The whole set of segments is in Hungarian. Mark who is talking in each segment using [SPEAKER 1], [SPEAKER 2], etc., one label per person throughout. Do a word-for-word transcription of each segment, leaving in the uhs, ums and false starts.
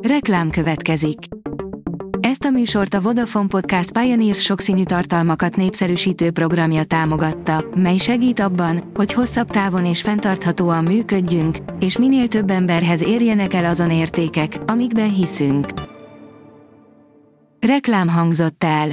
[SPEAKER 1] Reklám következik. Ezt a műsort a Vodafone Podcast Pioneers sokszínű tartalmakat népszerűsítő programja támogatta, mely segít abban, hogy hosszabb távon és fenntarthatóan működjünk, és minél több emberhez érjenek el azon értékek, amikben hiszünk. Reklám hangzott el.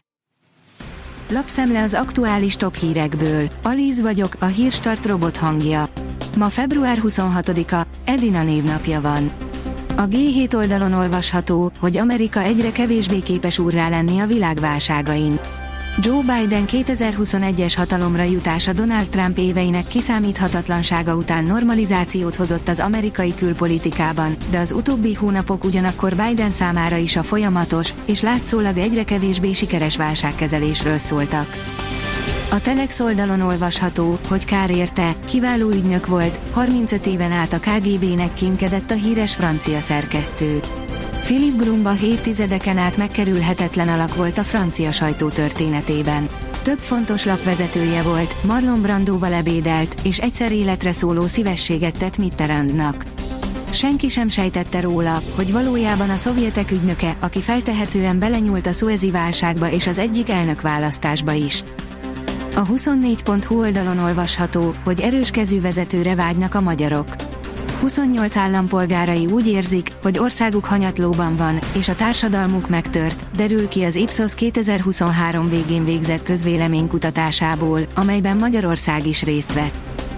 [SPEAKER 1] Lapszemle az aktuális top hírekből. Alíz vagyok, a Hírstart robot hangja. Ma február huszonhatodika, Edina névnapja van. A gé hét oldalon olvasható, hogy Amerika egyre kevésbé képes úrrá lenni a világ válságain. Joe Biden kétezer-huszonegyes hatalomra jutása Donald Trump éveinek kiszámíthatatlansága után normalizációt hozott az amerikai külpolitikában, de az utóbbi hónapok ugyanakkor Biden számára is a folyamatos, és látszólag egyre kevésbé sikeres válságkezelésről szóltak. A Telex oldalon olvasható, hogy kár érte, kiváló ügynök volt, harmincöt éven át a ká gé bének kémkedett a híres francia szerkesztő. Philippe Grumbach évtizedeken át megkerülhetetlen alak volt a francia sajtó történetében. Több fontos lapvezetője volt, Marlon Brandóval ebédelt, és egyszer életre szóló szívességet tett Mitterrandnak. Senki sem sejtette róla, hogy valójában a szovjetek ügynöke, aki feltehetően belenyúlt a szuezi válságba és az egyik elnökválasztásba is. A huszonnégy pont hu oldalon olvasható, hogy erős kezű vezetőre vágynak a magyarok. huszonnyolc állampolgárai úgy érzik, hogy országuk hanyatlóban van, és a társadalmuk megtört, derül ki az Ipsos kétezer-huszonhárom végén végzett közvéleménykutatásából, amelyben Magyarország is részt vett.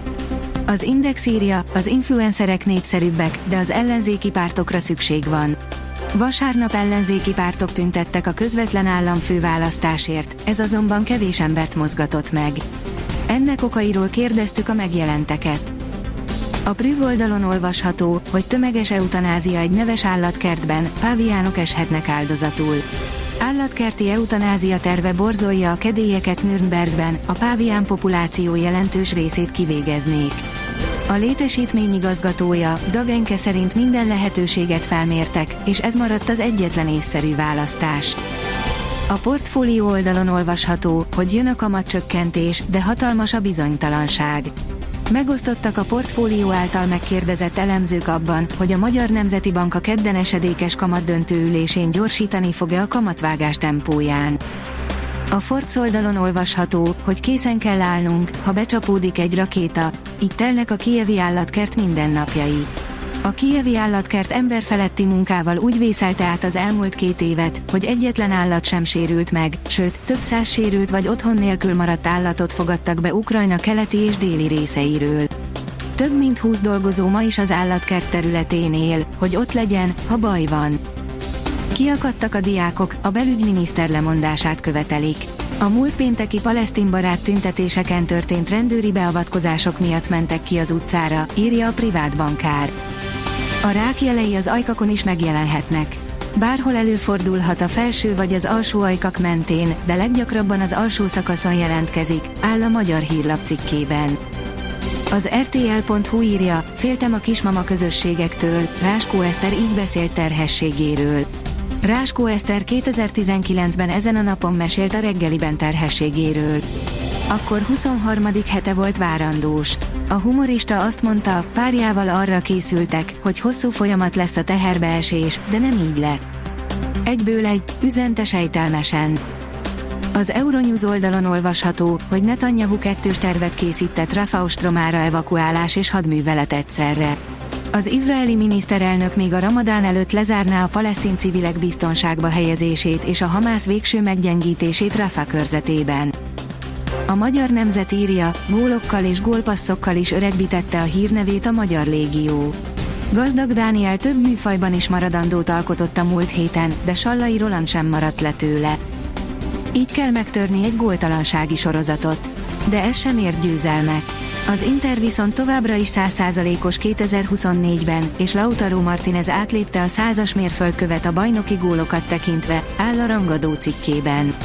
[SPEAKER 1] Az Index írja, az influencerek népszerűbbek, de az ellenzéki pártokra szükség van. Vasárnap ellenzéki pártok tüntettek a közvetlen államfőválasztásért, ez azonban kevés embert mozgatott meg. Ennek okairól kérdeztük a megjelenteket. A Prüv oldalon olvasható, hogy tömeges eutanázia egy neves állatkertben, páviánok eshetnek áldozatul. Állatkerti eutanázia terve borzolja a kedélyeket Nürnbergben, a pávián populáció jelentős részét kivégeznék. A létesítmény igazgatója, Dag Enke szerint minden lehetőséget felmértek, és ez maradt az egyetlen észszerű választás. A portfólió oldalon olvasható, hogy jön a kamatcsökkentés, de hatalmas a bizonytalanság. Megosztottak a portfólió által megkérdezett elemzők abban, hogy a Magyar Nemzeti Bank a kedden esedékes kamatdöntő ülésén gyorsítani fog-e a kamatvágás tempóján. A Forbes oldalon olvasható, hogy készen kell állnunk, ha becsapódik egy rakéta, így telnek a kijevi állatkert mindennapjai. A kijevi állatkert emberfeletti munkával úgy vészelte át az elmúlt két évet, hogy egyetlen állat sem sérült meg, sőt, több száz sérült vagy otthon nélkül maradt állatot fogadtak be Ukrajna keleti és déli részeiről. Több mint húsz dolgozó ma is az állatkert területén él, hogy ott legyen, ha baj van. Kiakadtak a diákok, a belügyminiszter lemondását követelik. A múlt pénteki palesztinbarát tüntetéseken történt rendőri beavatkozások miatt mentek ki az utcára, írja a privát bankár. A rák jelei az ajkakon is megjelenhetnek. Bárhol előfordulhat a felső vagy az alsó ajkak mentén, de leggyakrabban az alsó szakaszon jelentkezik, áll a Magyar Hírlap cikkében. Az er té el pont hu írja, féltem a kismama közösségektől, Ráskó Eszter így beszélt terhességéről. Ráskó Eszter kétezer-tizenkilencben ezen a napon mesélt a reggeliben terhességéről. Akkor huszonharmadik hete volt várandós. A humorista azt mondta, párjával arra készültek, hogy hosszú folyamat lesz a teherbeesés, de nem így lett. Egyből egy, üzente sejtelmesen. Az Euronews oldalon olvasható, hogy Netanyahu kettős tervet készített Rafah ostromára evakuálás és hadművelet egyszerre. Az izraeli miniszterelnök még a ramadán előtt lezárná a palesztin civilek biztonságba helyezését és a Hamász végső meggyengítését Rafah körzetében. A Magyar Nemzet írja, gólokkal és gólpasszokkal is öregbítette a hírnevét a Magyar Légió. Gazdag Dániel több műfajban is maradandót alkotott a múlt héten, de Sallai Roland sem maradt le tőle. Így kell megtörni egy góltalansági sorozatot. De ez sem ért győzelmet. Az Inter viszont továbbra is száz százalékos kétezer-huszonnégyben, és Lautaro Martinez átlépte a százas mérföldkövet a bajnoki gólokat tekintve, áll a rangadó cikkében.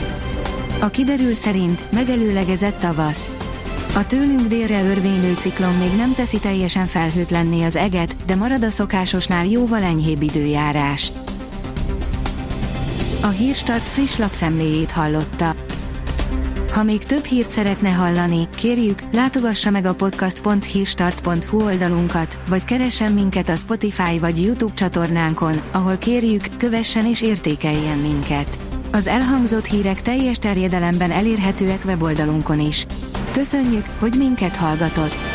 [SPEAKER 1] A kiderül szerint megelőlegezett tavasz. A tőlünk délre örvénylő ciklon még nem teszi teljesen felhőtlenné az eget, de marad a szokásosnál jóval enyhébb időjárás. A Hírstart friss lapszemléjét hallotta. Ha még több hírt szeretne hallani, kérjük, látogassa meg a podcast pont hírstart pont hu oldalunkat, vagy keressen minket a Spotify vagy YouTube csatornánkon, ahol kérjük, kövessen és értékeljen minket. Az elhangzott hírek teljes terjedelemben elérhetőek weboldalunkon is. Köszönjük, hogy minket hallgatott!